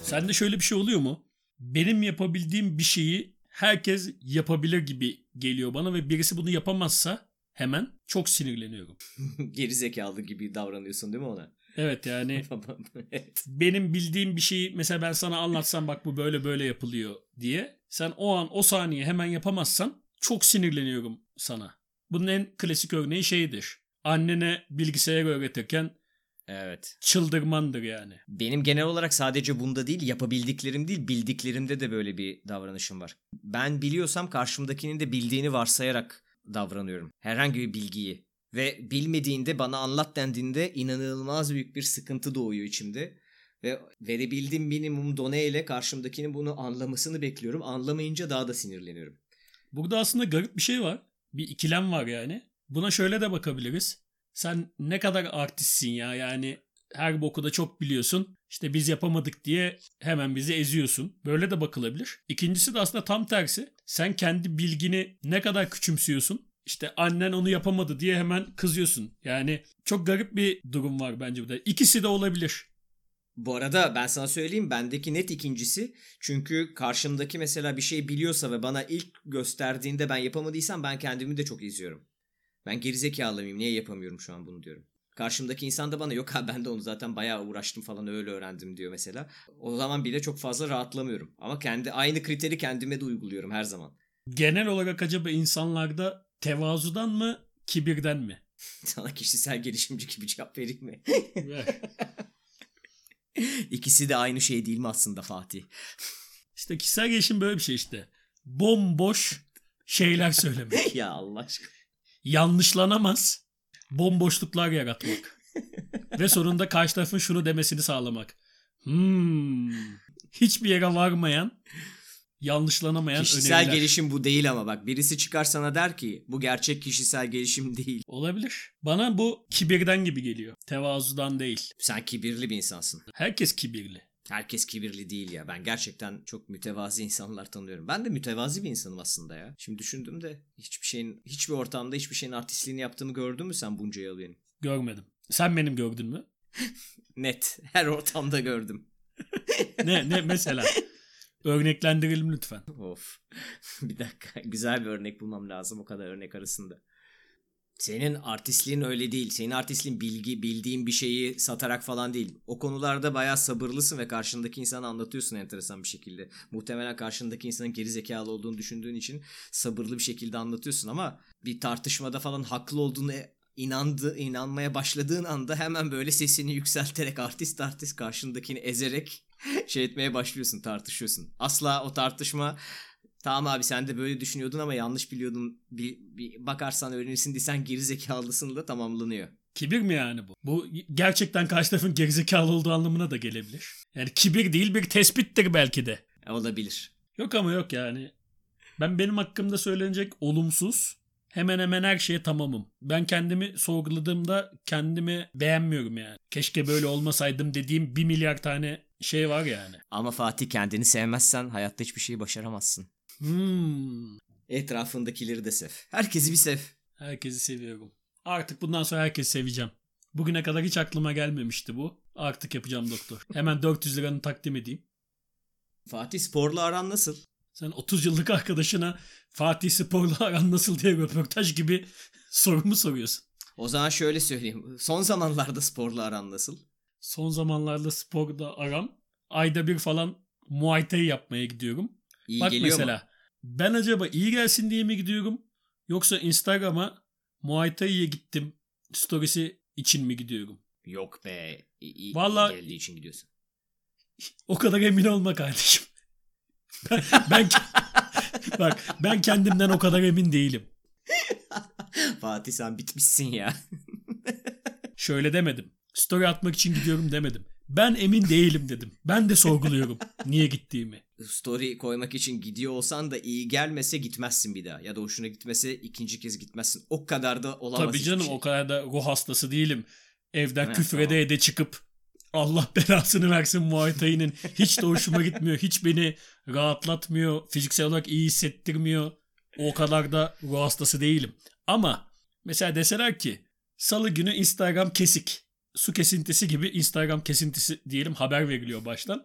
Sende şöyle bir şey oluyor mu? Benim yapabildiğim bir şeyi herkes yapabilir gibi geliyor bana ve birisi bunu yapamazsa hemen çok sinirleniyorum. Gerizekalı gibi davranıyorsun değil mi ona? Evet yani Evet. benim bildiğim bir şeyi mesela ben sana anlatsam bak bu böyle böyle yapılıyor diye. Sen o an o saniye hemen yapamazsan çok sinirleniyorum sana. Bunun en klasik örneği şeydir. Annene bilgisayar öğretirken Evet. çıldırmandır yani. Benim genel olarak sadece bunda değil, yapabildiklerim değil, bildiklerimde de böyle bir davranışım var. Ben biliyorsam karşımdakinin de bildiğini varsayarak davranıyorum. Herhangi bir bilgiyi. Ve bilmediğinde bana anlat dendiğinde inanılmaz büyük bir sıkıntı doğuyor içimde. Ve verebildiğim minimum done ile karşımdakinin bunu anlamasını bekliyorum. Anlamayınca daha da sinirleniyorum. Burada aslında garip bir şey var. Bir ikilem var yani. Buna şöyle de bakabiliriz. Sen ne kadar artistsin ya yani her boku da çok biliyorsun. İşte biz yapamadık diye hemen bizi eziyorsun. Böyle de bakılabilir. İkincisi de aslında tam tersi. Sen kendi bilgini ne kadar küçümsüyorsun. İşte annen onu yapamadı diye hemen kızıyorsun. Yani çok garip bir durum var bence burada. İkisi de olabilir. Bu arada ben sana söyleyeyim, bendeki net ikincisi. Çünkü karşımdaki mesela bir şey biliyorsa ve bana ilk gösterdiğinde ben yapamadıysam ben kendimi de çok eziyorum. Ben gerizekalı mıyım, niye yapamıyorum şu an bunu diyorum. Karşımdaki insan da bana yok abi ben de onu zaten bayağı uğraştım falan öyle öğrendim diyor mesela. O zaman bile çok fazla rahatlamıyorum. Ama aynı kriteri kendime de uyguluyorum her zaman. Genel olarak acaba insanlarda tevazudan mı, kibirden mi? Sana kişisel gelişimci gibi cevap vereyim mi? Ver. İkisi de aynı şey değil mi aslında Fatih? İşte kişisel gelişim böyle bir şey işte. Bomboş şeyler söylemek. Ya Allah aşkına. Yanlışlanamaz bomboşluklar yaratmak. Ve sonunda karşı tarafın şunu demesini sağlamak. Hiçbir yere varmayan, yanlışlanamayan Kişisel öneriler. gelişim bu değil ama bak birisi çıkar sana der ki bu gerçek kişisel gelişim değil. Olabilir. Bana bu kibirden gibi geliyor. Tevazudan değil. Sen kibirli bir insansın. Herkes kibirli. Herkes kibirli değil ya. Ben gerçekten çok mütevazi insanlar tanıyorum. Ben de mütevazi bir insanım aslında ya. Şimdi düşündüm de hiçbir ortamda hiçbir şeyin artistliğini yaptığımı gördün mü sen bunca yıl benim? Görmedim. Sen benim gördün mü? Net. Her ortamda gördüm. Ne mesela? Örneklendirelim lütfen. Of. Bir dakika. Güzel bir örnek bulmam lazım o kadar örnek arasında. Senin artistliğin öyle değil. Senin artistliğin bildiğin bir şeyi satarak falan değil. O konularda bayağı sabırlısın ve karşındaki insana anlatıyorsun enteresan bir şekilde. Muhtemelen karşındaki insanın gerizekalı olduğunu düşündüğün için sabırlı bir şekilde anlatıyorsun ama bir tartışmada falan haklı olduğunu inanmaya başladığın anda hemen böyle sesini yükselterek artist karşındakini ezerek etmeye başlıyorsun, tartışıyorsun. Asla o tartışma tamam abi sen de böyle düşünüyordun ama yanlış biliyordun. Bir bakarsan öğrenirsin diye sen gerizekalısın da tamamlanıyor. Kibir mi yani bu? Bu gerçekten karşı tarafın gerizekalı olduğu anlamına da gelebilir. Yani kibir değil bir tespittir belki de. Olabilir. Yok ama yok yani. Benim hakkımda söylenecek olumsuz hemen hemen her şeye tamamım. Ben kendimi sorguladığımda kendimi beğenmiyorum yani. Keşke böyle olmasaydım dediğim 1 milyar tane şey var yani. Ama Fatih kendini sevmezsen hayatta hiçbir şeyi başaramazsın. Etrafındakileri de sev. Herkesi bir sev. Herkesi seviyorum. Artık bundan sonra herkesi seveceğim. Bugüne kadar hiç aklıma gelmemişti bu. Artık yapacağım doktor. Hemen 400 liranı takdim edeyim. Fatih sporla aran nasıl? Sen 30 yıllık arkadaşına Fatih sporla aran nasıl diye röportaj gibi sorumu soruyorsun. O zaman şöyle söyleyeyim. Son zamanlarda sporla aran nasıl? Son zamanlarda sporda aram. Ayda bir falan Muay Thai yapmaya gidiyorum. İyi Bak geliyor mesela, mu? ben acaba iyi gelsin diye mi gidiyorum? Yoksa Instagram'a Muay Thai'ye gittim storiesi için mi gidiyorum? Yok be. İyi Vallahi geldiği için gidiyorsun. o kadar emin olma kardeşim. ben bak ben kendimden o kadar emin değilim. Fatih sen bitmişsin ya. Şöyle demedim. Story atmak için gidiyorum demedim. Ben emin değilim dedim. Ben de sorguluyorum niye gittiğimi. Story koymak için gidiyor olsan da iyi gelmese gitmezsin bir daha. Ya da hoşuna gitmese ikinci kez gitmezsin. O kadar da olamaz. Tabii canım şey. O kadar da ruh hastası değilim. Evden Evet, küfür tamam. ede çıkıp Allah belasını versin Muay Thai'nin. Hiç de hoşuma gitmiyor. Hiç beni rahatlatmıyor. Fiziksel olarak iyi hissettirmiyor. O kadar da ruh hastası değilim. Ama mesela deseler ki Salı günü Instagram kesik. Su kesintisi gibi Instagram kesintisi diyelim haber veriliyor baştan.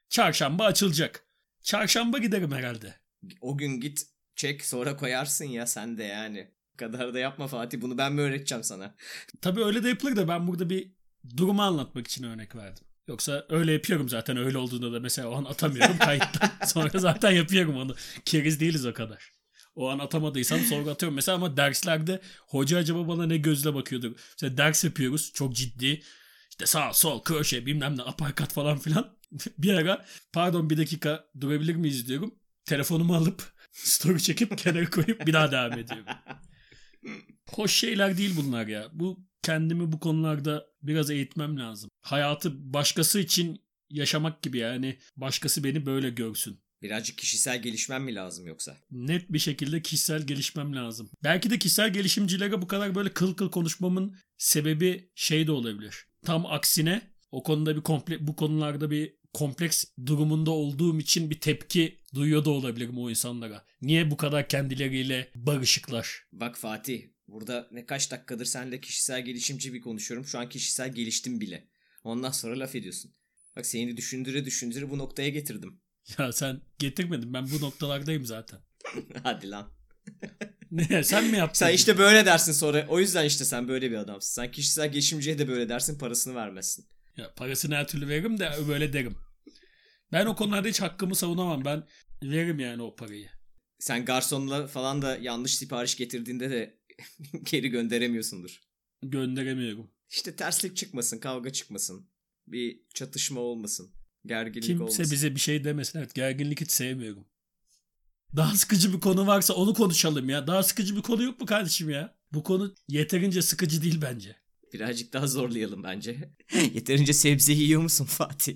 Çarşamba açılacak. Çarşamba giderim herhalde. O gün git çek sonra koyarsın ya sen de yani. O kadar da yapma Fatih, bunu ben mi öğreteceğim sana? Tabii öyle de yapılır da ben burada bir durumu anlatmak için örnek verdim. Yoksa öyle yapıyorum zaten, öyle olduğunda da mesela o an atamıyorum kayıttan. Sonra zaten yapıyorum onu. Keriz değiliz o kadar. O an atamadıysam sonra atıyorum. Mesela ama derslerde hoca acaba bana ne gözle bakıyordur. Mesela ders yapıyoruz çok ciddi. İşte sağ sol kroşe bilmem ne aparkat falan filan. Bir ara pardon bir dakika durabilir miyiz diyorum. Telefonumu alıp story çekip kenara koyup bir daha devam ediyorum. Hoş şeyler değil bunlar ya. Kendimi bu konularda biraz eğitmem lazım. Hayatı başkası için yaşamak gibi yani. Başkası beni böyle görsün. Birazcık kişisel gelişmen mi lazım yoksa? Net bir şekilde kişisel gelişmem lazım. Belki de kişisel gelişimcilere bu kadar böyle kıl kıl konuşmamın sebebi şey de olabilir. Tam aksine o konuda bu konularda bir kompleks durumunda olduğum için bir tepki duyuyor da olabilirim o insanlara. Niye bu kadar kendileriyle barışıklar? Bak Fatih, burada ne kaç dakikadır seninle kişisel gelişimci bir konuşuyorum. Şu an kişisel geliştim bile. Ondan sonra laf ediyorsun. Bak seni düşündüre düşündüre bu noktaya getirdim. Ya sen getirmedin, ben bu noktalardayım zaten. Hadi lan. Ne sen mi yaptın? Sen işte böyle dersin sonra. O yüzden işte sen böyle bir adamsın. Sen kişisel gelişimciye de böyle dersin, parasını vermezsin. Ya parasını her türlü veririm de böyle derim. Ben o konularda hiç hakkımı savunamam. Ben veririm yani o parayı. Sen garsonla falan da yanlış sipariş getirdiğinde de geri gönderemiyorsundur. Gönderemiyorum. İşte terslik çıkmasın, kavga çıkmasın. Bir çatışma olmasın. Gerginlik Kimse olmasın. bize bir şey demesin. Evet, gerginlik hiç sevmiyorum. Daha sıkıcı bir konu varsa onu konuşalım ya. Daha sıkıcı bir konu yok mu kardeşim ya? Bu konu yeterince sıkıcı değil bence. Birazcık daha zorlayalım bence. Yeterince sebze yiyor musun Fatih?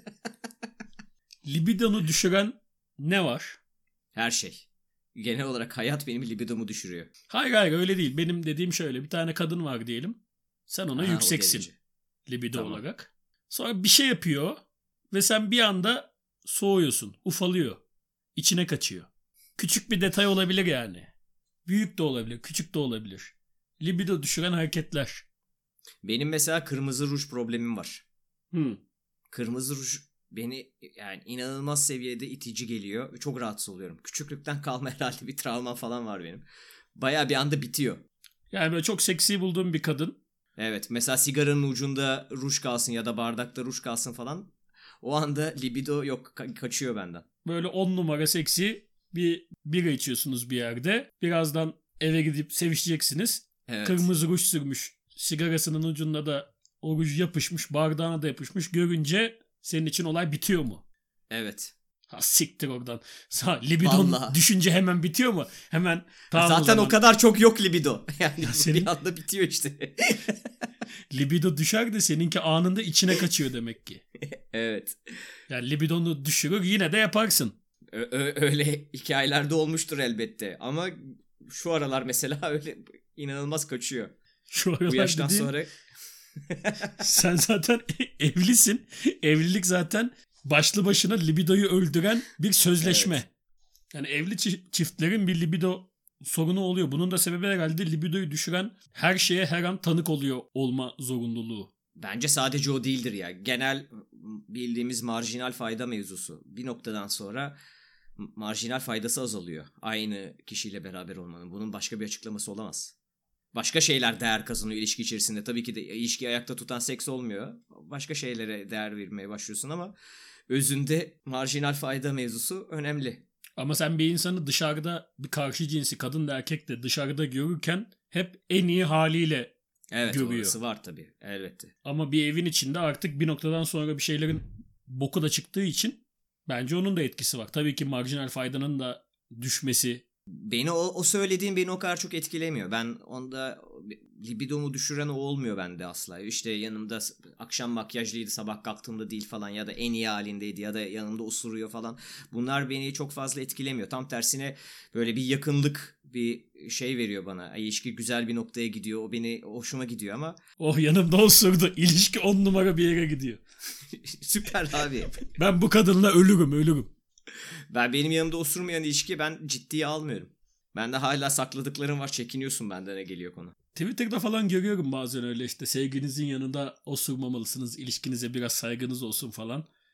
Libidonu düşüren ne var? Her şey. Genel olarak hayat benim libidomu düşürüyor. Hayır öyle değil. Benim dediğim şöyle. Bir tane kadın var diyelim. Sen ona Aha, yükseksin. Libido Tamam. olarak. Sonra bir şey yapıyor ve sen bir anda soğuyorsun. Ufalıyor. İçine kaçıyor. Küçük bir detay olabilir yani. Büyük de olabilir, küçük de olabilir. Libido düşüren hareketler. Benim mesela kırmızı ruj problemim var. Hmm. Kırmızı ruj beni yani inanılmaz seviyede itici geliyor. Çok rahatsız oluyorum. Küçüklükten kalma herhalde bir travma falan var benim. Bayağı bir anda bitiyor. Yani böyle çok seksi bulduğum bir kadın. Evet, mesela sigaranın ucunda ruj kalsın ya da bardakta ruj kalsın falan. O anda libido yok, kaçıyor benden. Böyle 10 numara seksi bir bira içiyorsunuz bir yerde. Birazdan eve gidip sevişeceksiniz. Evet. Kırmızı ruj sürmüş. Sigarasının ucunda da o ruj yapışmış. Bardağına da yapışmış. Görünce senin için olay bitiyor mu? Evet. Ha siktir oradan. Libidon Vallahi. düşünce hemen bitiyor mu? Hemen tamam Zaten o kadar çok yok libido. Yani senin- bir anda bitiyor işte. libido düşer de seninki anında içine kaçıyor demek ki. Evet. Yani libidonu düşürür yine de yaparsın. Öyle hikayelerde olmuştur elbette. Ama şu aralar mesela öyle inanılmaz kaçıyor. Şu aralar Bu yaştan dediğin, sonra sen zaten evlisin. Evlilik zaten başlı başına libidoyu öldüren bir sözleşme. Evet. Yani evli çiftlerin bir libido sorunu oluyor. Bunun da sebebi herhalde libidoyu düşüren her şeye her an tanık oluyor olma zorunluluğu. bence sadece o değildir ya. Genel bildiğimiz marjinal fayda mevzusu. Bir noktadan sonra marjinal faydası azalıyor. Aynı kişiyle beraber olmanın. Bunun başka bir açıklaması olamaz. Başka şeyler değer kazanıyor ilişki içerisinde. Tabii ki de ilişkiyi ayakta tutan seks olmuyor. Başka şeylere değer vermeye başlıyorsun ama özünde marjinal fayda mevzusu önemli. Ama sen bir insanı dışarıda bir karşı cinsi kadın da erkek de dışarıda görürken hep en iyi haliyle Evet, görüyor. orası var tabii elbette. Ama bir evin içinde artık bir noktadan sonra bir şeylerin boku da çıktığı için bence onun da etkisi var. Tabii ki marjinal faydanın da düşmesi. Beni o söylediğin beni o kadar çok etkilemiyor. Ben onda libidomu düşüren o olmuyor bende asla. İşte yanımda akşam makyajlıydı, sabah kalktığımda değil falan ya da en iyi halindeydi ya da yanımda osuruyor falan. Bunlar beni çok fazla etkilemiyor. Tam tersine böyle bir yakınlık, bir şey veriyor bana. İlişki güzel bir noktaya gidiyor. O beni hoşuma gidiyor ama Oh yanımda osurdu. İlişki 10 numara bir yere gidiyor. süper abi. Ben bu kadınla ölürüm. Benim yanımda osurmayan ilişki ben ciddiye almıyorum. Bende hala sakladıklarım var. Çekiniyorsun benden ne geliyor konu. Twitter'da falan görüyorum bazen öyle işte sevginizin yanında osurmamalısınız. İlişkinize biraz saygınız olsun falan.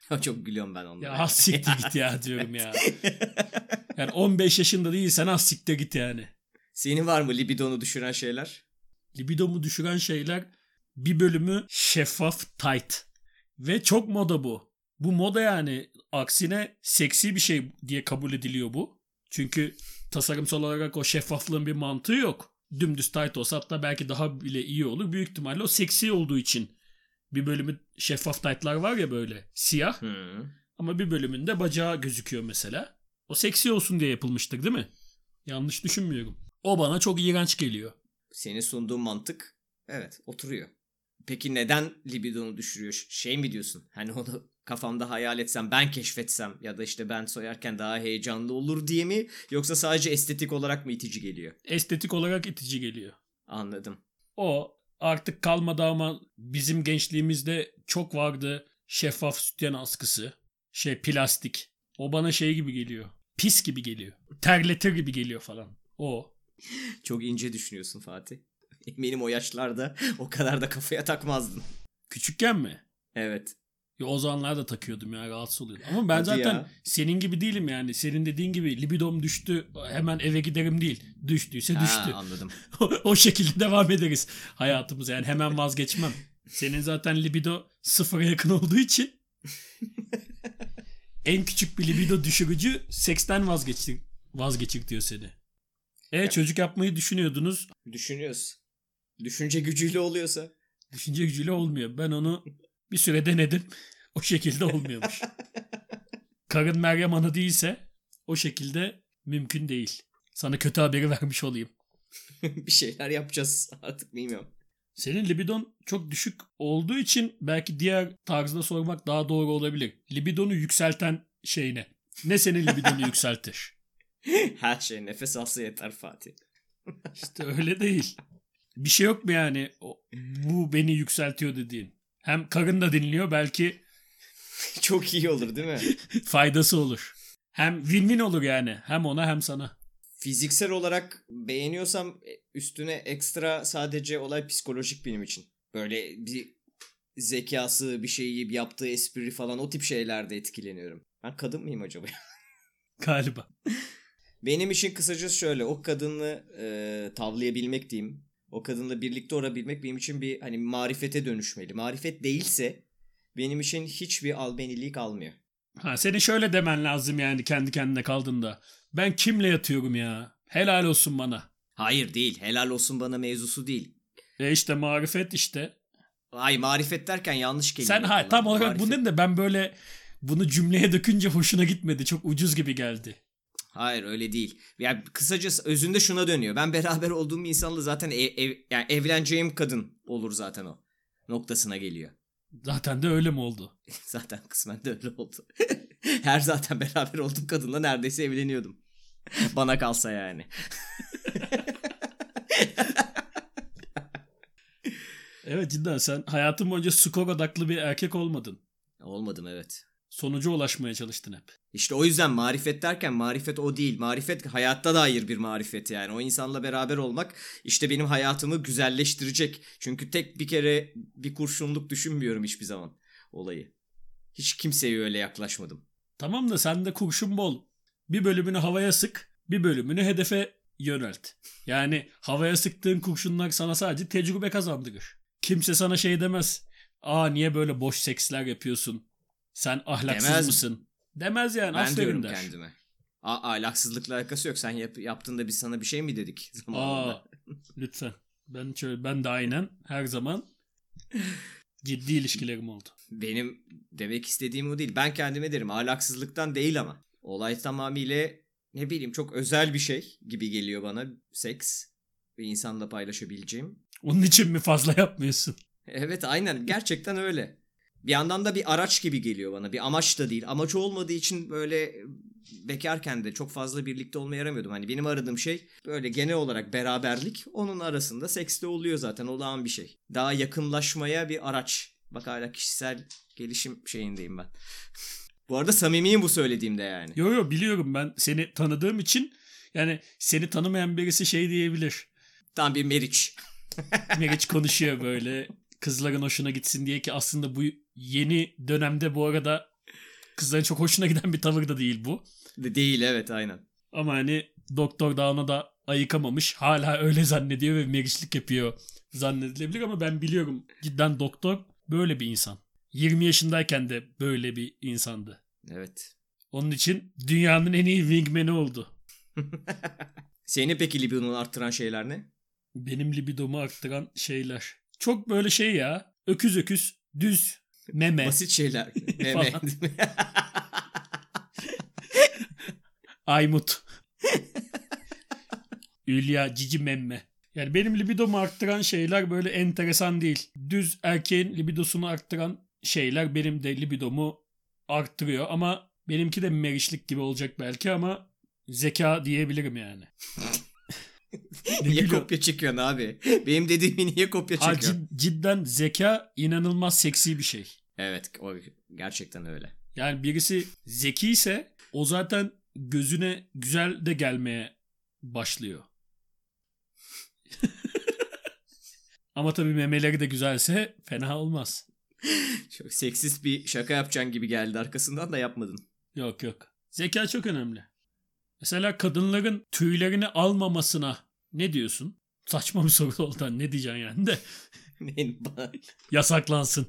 Çok gülüyorum ben onlara. Ya az siktir git ya diyorum ya. Yani 15 yaşında değilsen az siktir git yani. Senin var mı libidonu düşüren şeyler? Libidomu düşüren şeyler, bir bölümü şeffaf tight. Ve çok moda bu. Bu moda yani, aksine seksi bir şey diye kabul ediliyor bu. Çünkü tasarımsal olarak o şeffaflığın bir mantığı yok. Dümdüz tight olsa hatta belki daha bile iyi olur. Büyük ihtimalle o seksi olduğu için. Bir bölümü şeffaf tight'lar var ya, böyle siyah. Ama bir bölümünde bacağı gözüküyor mesela. O seksi olsun diye yapılmıştır değil mi? Yanlış düşünmüyorum. O bana çok iğrenç geliyor. Senin sunduğun mantık evet oturuyor. Peki neden libidonu düşürüyor? Şey mi diyorsun? Hani onu kafamda hayal etsem, ben keşfetsem ya da işte ben soyarken daha heyecanlı olur diye mi? Yoksa sadece estetik olarak mı itici geliyor? Estetik olarak itici geliyor. Anladım. O artık kalmadı ama bizim gençliğimizde çok vardı. Şeffaf sütyen askısı. Plastik. O bana şey gibi geliyor. Pis gibi geliyor. Terletir gibi geliyor falan. O. Çok ince düşünüyorsun Fatih. Eminim o yaşlarda o kadar da kafaya takmazdın. Küçükken mi? Evet. Ya o zamanlar da takıyordum ya, rahatsız oluyordum. Ama ben Hadi zaten ya. senin gibi değilim yani. Senin dediğin gibi libidom düştü, hemen eve giderim değil. Düştüyse düştü. Anladım. O şekilde devam ederiz hayatımıza. Yani hemen vazgeçmem. Senin zaten libido sıfıra yakın olduğu için en küçük bir libido düşürücü seksten vazgeçir diyor seni. Çocuk yapmayı düşünüyordunuz. Düşünüyoruz. Düşünce gücüyle oluyorsa. Düşünce gücüyle olmuyor. Ben onu bir süre denedim. O şekilde olmuyormuş. Karın Meryem Ana değilse o şekilde mümkün değil. Sana kötü haberi vermiş olayım. Bir şeyler yapacağız artık, bilmiyorum. Senin libidon çok düşük olduğu için belki diğer tarzda sormak daha doğru olabilir. Libidonu yükselten şey ne? Ne senin libidonu yükseltir? Her şey nefes alsa yeter Fatih. İşte öyle değil. Bir şey yok mu yani bu beni yükseltiyor dediğin? Hem karın da dinliyor, belki Çok iyi olur değil mi? faydası olur. Hem win-win olur yani. Hem ona hem sana. Fiziksel olarak beğeniyorsam üstüne ekstra sadece olay psikolojik benim için. Böyle bir zekası, bir şeyi yaptığı espri falan, o tip şeylerde etkileniyorum. Ben kadın mıyım acaba? Galiba. Benim için kısacası şöyle, o kadını tavlayabilmek diyeyim. O kadınla birlikte olabilmek benim için bir hani marifete dönüşmeli. Marifet değilse benim için hiçbir albenilik almıyor. Senin şöyle demen lazım yani kendi kendine kaldığında. Ben kimle yatıyorum ya? Helal olsun bana. Hayır değil. Helal olsun bana mevzusu değil. İşte marifet işte. Ay, marifet derken yanlış kelime. Sen tam olarak bunu dedin de ben böyle bunu cümleye dökünce hoşuna gitmedi. Çok ucuz gibi geldi. Hayır öyle değil. Yani kısacası özünde şuna dönüyor. Ben beraber olduğum insanla zaten yani evleneceğim kadın olur zaten o. Noktasına geliyor. Zaten de öyle mi oldu? Zaten kısmen de öyle oldu. Her zaten beraber olduğum kadınla neredeyse evleniyordum. Bana kalsa yani. Evet, cidden sen hayatın boyunca skor odaklı bir erkek olmadın. Olmadım, evet. Sonuca ulaşmaya çalıştın hep. İşte o yüzden marifet derken marifet o değil. Marifet hayatta dair bir marifet yani. O insanla beraber olmak işte benim hayatımı güzelleştirecek. Çünkü tek bir kere bir kurşunluk düşünmüyorum hiçbir zaman olayı. Hiç kimseye öyle yaklaşmadım. Tamam da sende kurşun bol. Bir bölümünü havaya sık, bir bölümünü hedefe yönelt. Yani havaya sıktığın kurşunlar sana sadece tecrübe kazandırır. Kimse sana şey demez. Niye böyle boş seksler yapıyorsun? Sen ahlaksız Demez mısın? Demez yani. Ben Aferin diyorum der. kendime. Ahlaksızlıkla alakası yok. Sen yaptığında biz sana bir şey mi dedik zamanında? Lütfen. Ben de aynen her zaman ciddi ilişkilerim oldu. Benim demek istediğim o değil. Ben kendime derim. Ahlaksızlıktan değil ama. Olay tamamıyla ne bileyim çok özel bir şey gibi geliyor bana. Seks. Bir insanla paylaşabileceğim. Onun için mi fazla yapmıyorsun? Evet, aynen. Gerçekten öyle. Bir yandan da bir araç gibi geliyor bana. Bir amaç da değil. Amaç olmadığı için böyle bekarken de çok fazla birlikte olmaya yaramıyordum. Hani benim aradığım şey böyle genel olarak beraberlik. Onun arasında seks de oluyor zaten. Olağan bir şey. Daha yakınlaşmaya bir araç. Bak, hala kişisel gelişim şeyindeyim ben. Bu arada samimiyim bu söylediğimde yani. Yo biliyorum, ben seni tanıdığım için yani seni tanımayan birisi şey diyebilir. Tam bir Meriç. Meriç konuşuyor böyle kızların hoşuna gitsin diye, ki aslında bu yeni dönemde bu arada Kızların çok hoşuna giden bir tavır da değil bu. Değil, evet, aynen. Ama hani doktor da ona da ayıkamamış. Hala öyle zannediyor ve meriçlik yapıyor zannedilebilir ama ben biliyorum cidden doktor böyle bir insan. 20 yaşındayken de böyle bir insandı. Evet. Onun için dünyanın en iyi wingman'i oldu. Senin peki libidonu arttıran şeyler ne? Benim libidomu arttıran şeyler. Çok böyle şey ya. Öküz öküz, düz, meme. Basit şeyler. Meme. Aymut. Ülya, cici memme. Yani benim libidomu arttıran şeyler böyle enteresan değil. Düz erkeğin libidosunu arttıran şeyler benim de libidomu arttırıyor. Ama benimki de meriçlik gibi olacak belki ama zeka diyebilirim yani. Niye kopya çekiyorsun abi? Benim dediğimi niye kopya çekiyorsun? Cidden zeka inanılmaz seksi bir şey. Evet, o gerçekten öyle. Yani birisi zeki ise o zaten gözüne güzel de gelmeye başlıyor. Ama tabii memeleri de güzelse fena olmaz. Çok seksist bir şaka yapacaksın gibi geldi arkasından da yapmadın. Yok. Zeka çok önemli. Mesela kadınların tüylerini almamasına ne diyorsun? Saçma bir soru oldu. Ne diyeceksin yani de. Yasaklansın.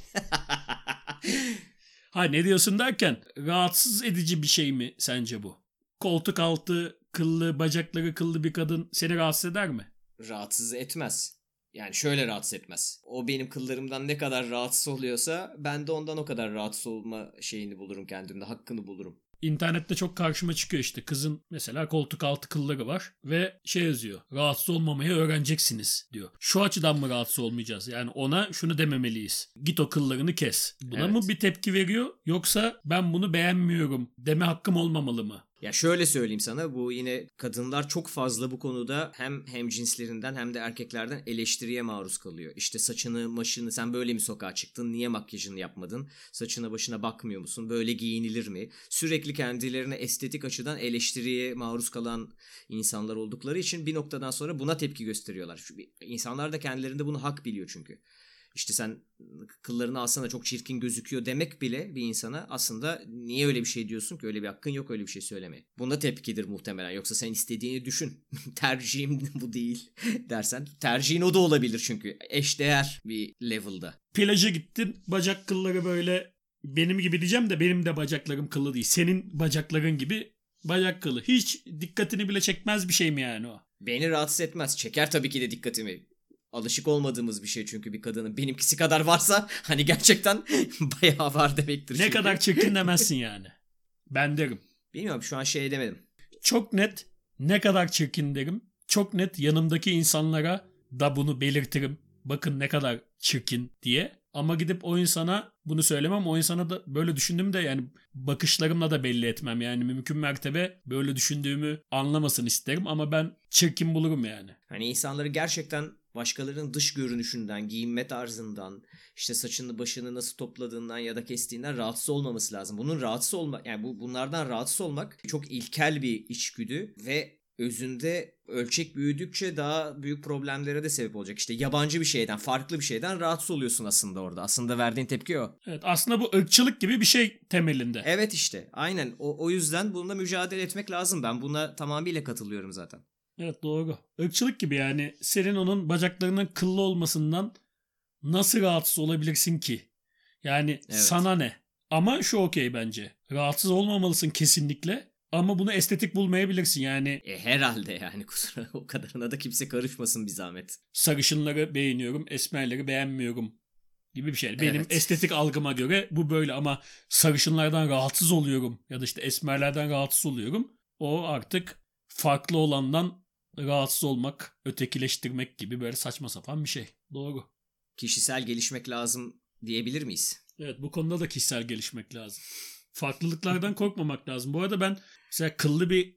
Ha ne diyorsun derken rahatsız edici bir şey mi sence bu? Koltuk altı kıllı, bacakları kıllı bir kadın seni rahatsız eder mi? Rahatsız etmez. Yani şöyle rahatsız etmez. O benim kıllarımdan ne kadar rahatsız oluyorsa ben de ondan o kadar rahatsız olma şeyini bulurum kendimde. Hakkını bulurum. İnternette çok karşıma çıkıyor işte. Kızın mesela koltuk altı kılları var ve şey yazıyor. Rahatsız olmamayı öğreneceksiniz diyor. Şu açıdan mı rahatsız olmayacağız? Yani ona şunu dememeliyiz. Git o kıllarını kes. Buna mı bir tepki veriyor yoksa ben bunu beğenmiyorum deme hakkım olmamalı mı? Ya şöyle söyleyeyim sana, bu yine kadınlar çok fazla bu konuda hem cinslerinden hem de erkeklerden eleştiriye maruz kalıyor. İşte saçını maşını sen böyle mi sokağa çıktın, niye makyajını yapmadın, saçına başına bakmıyor musun, böyle giyinilir mi? Sürekli kendilerine estetik açıdan eleştiriye maruz kalan insanlar oldukları için bir noktadan sonra buna tepki gösteriyorlar. İnsanlar da kendilerinde bunu hak biliyor çünkü. İşte sen kıllarını alsana çok çirkin gözüküyor demek bile bir insana aslında niye öyle bir şey diyorsun ki, öyle bir hakkın yok öyle bir şey söylemeye. Bunda tepkidir muhtemelen, yoksa sen istediğini düşün. Tercihim bu değil dersen tercihin o da olabilir çünkü eşdeğer bir level'da. Plaja gittin bacak kılları böyle benim gibi diyeceğim de benim de bacaklarım kıllı değil. Senin bacakların gibi bacak kılı. Hiç dikkatini bile çekmez bir şey mi yani o? Beni rahatsız etmez. Çeker tabii ki de dikkatimi. Alışık olmadığımız bir şey çünkü bir kadının benimkisi kadar varsa hani gerçekten bayağı var demektir. Ne çünkü. kadar çirkin demezsin yani. Ben derim. Bilmiyorum, şu an şey demedim. Çok net ne kadar çirkin derim. Çok net yanımdaki insanlara da bunu belirtirim. Bakın ne kadar çirkin diye. Ama gidip o insana bunu söylemem. O insana da böyle düşündüğümde yani bakışlarımla da belli etmem. Yani mümkün mertebe böyle düşündüğümü anlamasını isterim. Ama ben çirkin bulurum yani. Hani insanları gerçekten başkalarının dış görünüşünden, giyinme tarzından, işte saçını başını nasıl topladığından ya da kestiğinden rahatsız olmaması lazım. Bunun rahatsız olmak, yani bunlardan rahatsız olmak çok ilkel bir içgüdü ve özünde ölçek büyüdükçe daha büyük problemlere de sebep olacak. İşte yabancı bir şeyden, farklı bir şeyden rahatsız oluyorsun aslında orada. Aslında verdiğin tepki o. Evet, aslında bu ırkçılık gibi bir şey temelinde. Evet işte aynen o yüzden bununla mücadele etmek lazım. Ben buna tamamıyla katılıyorum zaten. Evet doğru. Irkçılık gibi yani senin onun bacaklarının kıllı olmasından nasıl rahatsız olabilirsin ki? Yani Evet. Sana ne? Ama şu okey bence. Rahatsız olmamalısın kesinlikle. Ama bunu estetik bulmayabilirsin yani. Herhalde yani kusura o kadarına da kimse karışmasın bir zahmet. Sarışınları beğeniyorum, esmerleri beğenmiyorum gibi bir şey. Benim Evet. estetik algıma göre bu böyle ama sarışınlardan rahatsız oluyorum ya da işte esmerlerden rahatsız oluyorum. O artık farklı olandan rahatsız olmak, ötekileştirmek gibi böyle saçma sapan bir şey. Doğru. Kişisel gelişmek lazım diyebilir miyiz? Evet bu konuda da kişisel gelişmek lazım. Farklılıklardan korkmamak lazım. Bu arada ben mesela kıllı bir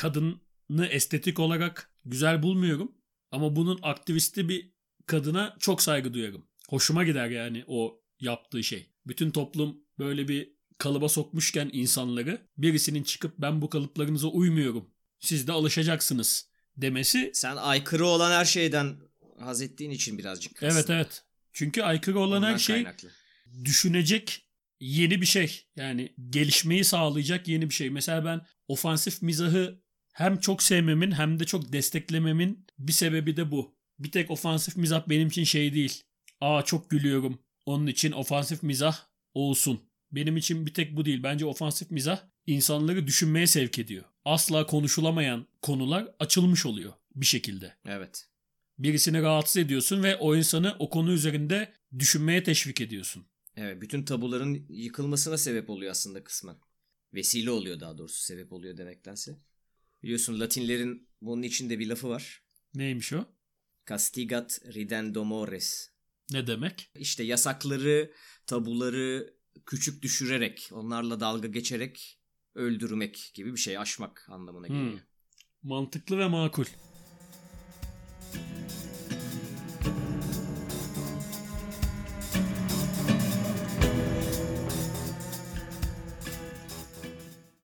kadını estetik olarak güzel bulmuyorum. Ama bunun aktivisti bir kadına çok saygı duyarım. Hoşuma gider yani o yaptığı şey. Bütün toplum böyle bir kalıba sokmuşken insanları birisinin çıkıp ben bu kalıplarınıza uymuyorum. Siz de alışacaksınız demesi. Sen aykırı olan her şeyden haz ettiğin için birazcık. Evet. Çünkü aykırı olan ondan her şey kaynaklı. düşünecek yeni bir şey. Yani gelişmeyi sağlayacak yeni bir şey. Mesela ben ofansif mizahı hem çok sevmemin hem de çok desteklememin bir sebebi de bu. Bir tek ofansif mizah benim için şey değil. Aa çok gülüyorum, onun için ofansif mizah olsun. Benim için bir tek bu değil. Bence ofansif mizah insanları düşünmeye sevk ediyor. Asla konuşulamayan konular açılmış oluyor bir şekilde. Evet. Birisini rahatsız ediyorsun ve o insanı o konu üzerinde düşünmeye teşvik ediyorsun. Evet, bütün tabuların yıkılmasına sebep oluyor aslında kısmen. Vesile oluyor, daha doğrusu sebep oluyor demektense. Biliyorsun Latinlerin bunun içinde bir lafı var. Neymiş o? Castigat ridendo mores. Ne demek? İşte yasakları, tabuları küçük düşürerek, onlarla dalga geçerek öldürmek gibi bir şey, aşmak anlamına geliyor. Mantıklı ve makul.